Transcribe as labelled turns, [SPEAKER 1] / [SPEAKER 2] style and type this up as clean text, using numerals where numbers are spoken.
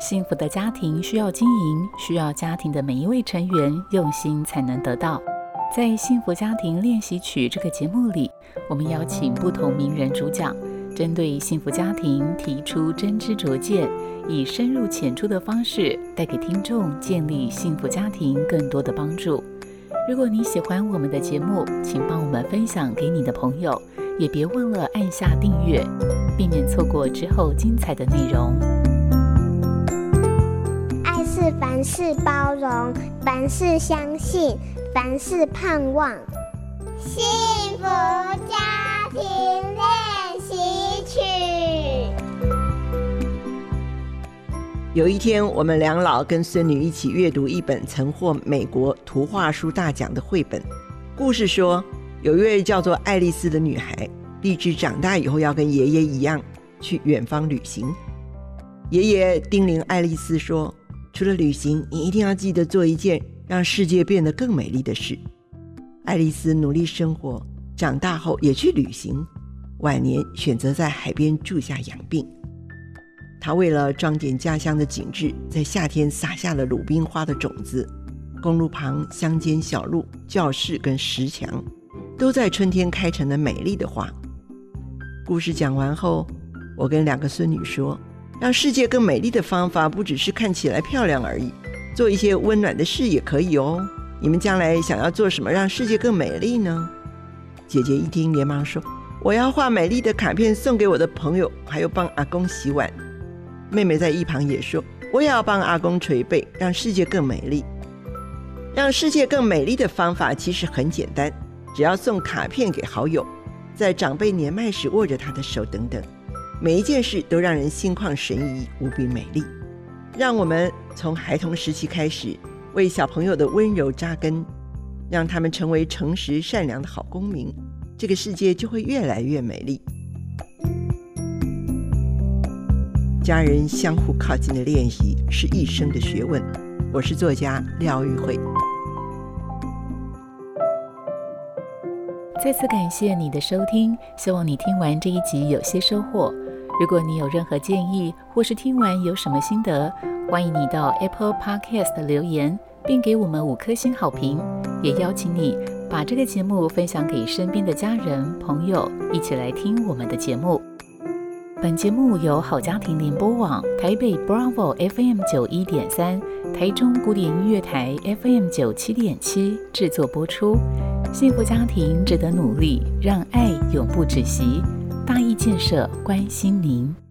[SPEAKER 1] 幸福的家庭需要经营，需要家庭的每一位成员用心才能得到。在幸福家庭练习曲这个节目里，我们邀请不同名人主讲，针对幸福家庭提出真知灼见，以深入浅出的方式带给听众建立幸福家庭更多的帮助。如果你喜欢我们的节目，请帮我们分享给你的朋友，也别忘了按下订阅，避免错过之后精彩的内容。
[SPEAKER 2] 爱是凡事包容，凡事相信，凡事盼望。幸福家庭练习曲。
[SPEAKER 3] 有一天，我们两老跟孙女一起阅读一本曾获美国图画书大奖的绘本。故事说，有一位叫做爱丽丝的女孩，立志长大以后要跟爷爷一样去远方旅行。爷爷叮咛爱丽丝说，除了旅行，你一定要记得做一件让世界变得更美丽的事。爱丽丝努力生活，长大后也去旅行，晚年选择在海边住下养病。她为了装点家乡的景致，在夏天撒下了鲁冰花的种子，公路旁乡间小路、教室跟石墙都在春天开成了美丽的花。故事讲完后，我跟两个孙女说，让世界更美丽的方法不只是看起来漂亮而已，做一些温暖的事也可以哦。你们将来想要做什么让世界更美丽呢？姐姐一听连忙说，我要画美丽的卡片送给我的朋友，还有帮阿公洗碗。妹妹在一旁也说，我也要帮阿公捶背，让世界更美丽。让世界更美丽的方法其实很简单，只要送卡片给好友，在长辈年迈时握着他的手等等，每一件事都让人心旷神怡，无比美丽。让我们从孩童时期开始，为小朋友的温柔扎根，让他们成为诚实善良的好公民，这个世界就会越来越美丽。家人相互靠近的练习是一生的学问。我是作家廖玉慧。
[SPEAKER 1] 再次感谢你的收听，希望你听完这一集有些收获。如果你有任何建议，或是听完有什么心得，欢迎你到 Apple Podcast 留言，并给我们5颗星好评。也邀请你把这个节目分享给身边的家人朋友，一起来听我们的节目。本节目由好家庭联播网、台北 Bravo FM 91.3、台中古典音乐台 FM 97.7制作播出。幸福家庭值得努力，让爱永不止息。大义建设关心您。